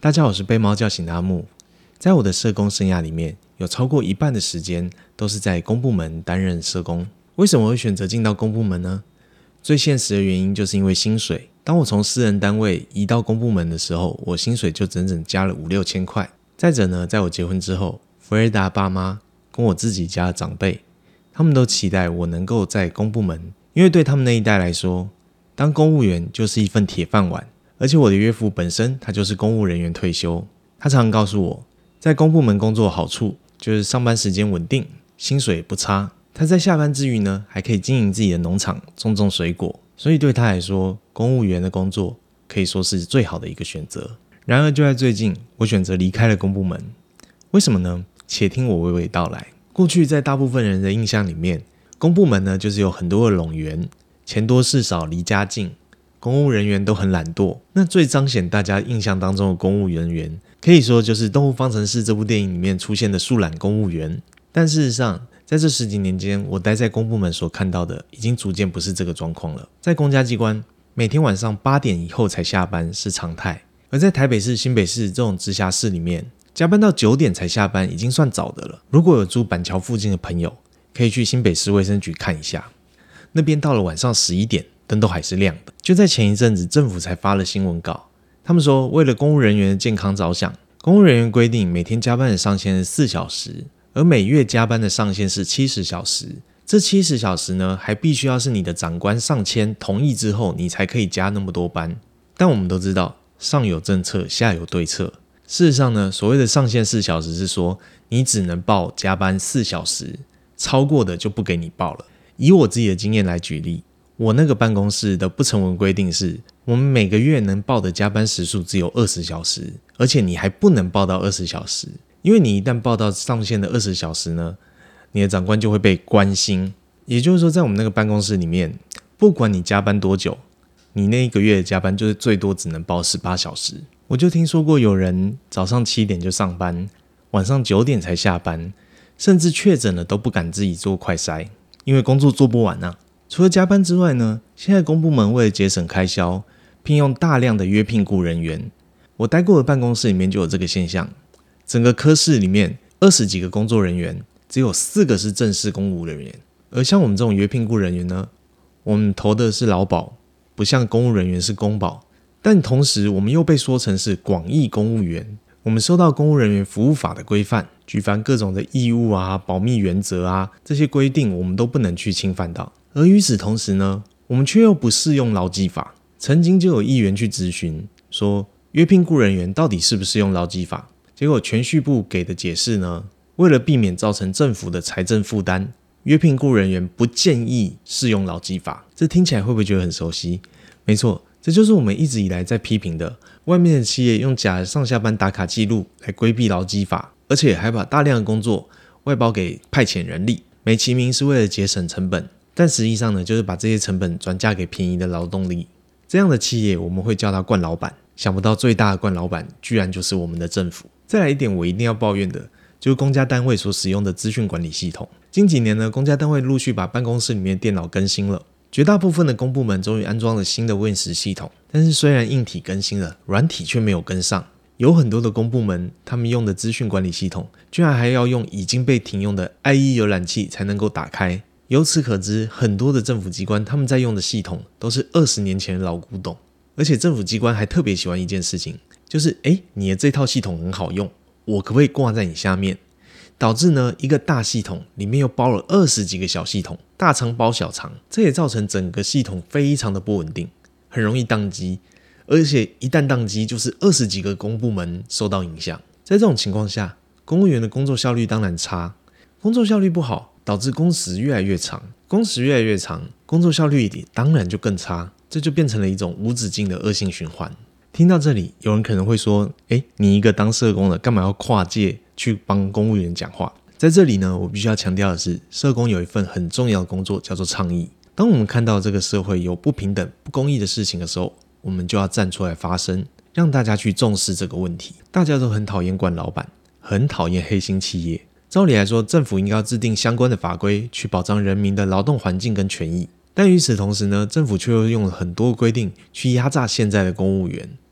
大家好，我是被猫叫醒的阿木。在我的社工生涯里面，有超过一半的时间都是在公部门担任社工。为什么会选择进到公部门呢？最现实的原因就是因为薪水。当我从私人单位移到公部门的时候，我薪水就整整加了5-6千块。再者呢，在我结婚之后，福瑞达爸妈跟我自己家的长辈，他们都期待我能够在公部门，因为对他们那一代来说，当公务员就是一份铁饭碗。而且我的岳父本身他就是公务人员退休，他常常告诉我，在公部门工作的好处就是上班时间稳定，薪水也不差。他在下班之余呢，还可以经营自己的农场，种水果，所以对他来说，公务员的工作可以说是最好的一个选择。然而就在最近，我选择离开了公部门。为什么呢？且听我娓娓道来。过去在大部分人的印象里面，公部门呢就是有很多的冗员，钱多事少，离家近，公务人员都很懒惰。那最彰显大家印象当中的公务人员，可以说就是《动物方程式》这部电影里面出现的树懒公务员。但事实上，在这10几年间，我待在公部门所看到的，已经逐渐不是这个状况了。在公家机关，每天晚上8点以后才下班是常态，而在台北市、新北市这种直辖市里面，加班到9点才下班已经算早的了。如果有住板桥附近的朋友，可以去新北市卫生局看一下，那边到了晚上11点，灯都还是亮的。就在前一阵子，政府才发了新闻稿，他们说为了公务人员的健康着想，公务人员规定每天加班的上限是4小时，而每月加班的上限是70小时。这70小时呢，还必须要是你的长官上签同意之后，你才可以加那么多班。但我们都知道，上有政策，下有对策。事实上呢，所谓的上限4小时是说，你只能报加班4小时，超过的就不给你报了。以我自己的经验来举例，我那个办公室的不成文规定是，我们每个月能报的加班时数只有20小时，而且你还不能报到20小时，因为你一旦报到上限的20小时呢，你的长官就会被关心。也就是说，在我们那个办公室里面，不管你加班多久，你那一个月的加班就是最多只能报18小时。我就听说过有人早上7点就上班，晚上9点才下班，甚至确诊了都不敢自己做快筛，因为工作做不完啊。除了加班之外呢，现在公部门为了节省开销，聘用大量的约聘雇人员。我待过的办公室里面就有这个现象，整个科室里面20几个工作人员，只有4个是正式公务人员。而像我们这种约聘雇人员呢，我们投的是劳保，不像公务人员是公保，但同时我们又被说成是广义公务员。我们受到公务人员服务法的规范，举凡各种的义务啊、保密原则啊，这些规定我们都不能去侵犯到。而与此同时呢，我们却又不适用劳基法。曾经就有议员去质询说，约聘雇人员到底适不适用劳基法？结果铨叙部给的解释呢，为了避免造成政府的财政负担，约聘雇人员不建议适用劳基法。这听起来会不会觉得很熟悉？没错，这就是我们一直以来在批评的，外面的企业用假的上下班打卡记录来规避劳基法，而且还把大量的工作外包给派遣人力，美其名是为了节省成本，但实际上呢，就是把这些成本转嫁给便宜的劳动力。这样的企业我们会叫它惯老板，想不到最大的惯老板居然就是我们的政府。再来一点我一定要抱怨的，就是公家单位所使用的资讯管理系统。近几年呢，公家单位陆续把办公室里面的电脑更新了，绝大部分的公部门终于安装了新的 Win10 系统，但是虽然硬体更新了，软体却没有跟上。有很多的公部门他们用的资讯管理系统居然还要用已经被停用的 IE 浏览器才能够打开。由此可知，很多的政府机关他们在用的系统都是20年前的老古董。而且政府机关还特别喜欢一件事情，就是你的这套系统很好用，我可不可以挂在你下面？导致呢，一个大系统里面又包了20几个小系统，大厂包小厂，这也造成整个系统非常的不稳定，很容易宕机，而且一旦宕机就是20几个公部门受到影响。在这种情况下，公务员的工作效率当然差，工作效率不好，导致工时越来越长，工时越来越长，工作效率也当然就更差，这就变成了一种无止境的恶性循环。听到这里，有人可能会说，你一个当社工的，干嘛要跨界去帮公务员讲话？在这里呢，我必须要强调的是，社工有一份很重要的工作，叫做倡议。当我们看到这个社会有不平等、不公义的事情的时候，我们就要站出来发声，让大家去重视这个问题。大家都很讨厌惯老板，很讨厌黑心企业。照理来说，政府应该要制定相关的法规，去保障人民的劳动环境跟权益。但与此同时呢，政府却又用了很多规定去压榨现在的公务员。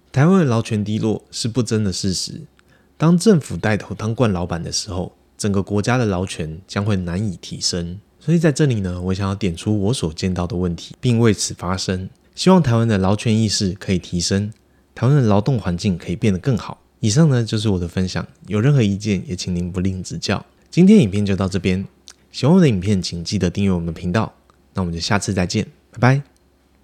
台湾的劳权低落是不争的事实。当政府带头当惯老板的时候，整个国家的劳权将会难以提升。所以在这里呢，我想要点出我所见到的问题，并为此发声。希望台湾的劳权意识可以提升，台湾的劳动环境可以变得更好。以上呢就是我的分享，有任何意见也请您不吝指教。今天影片就到这边，喜欢我的影片请记得订阅我们的频道，那我们就下次再见，拜拜。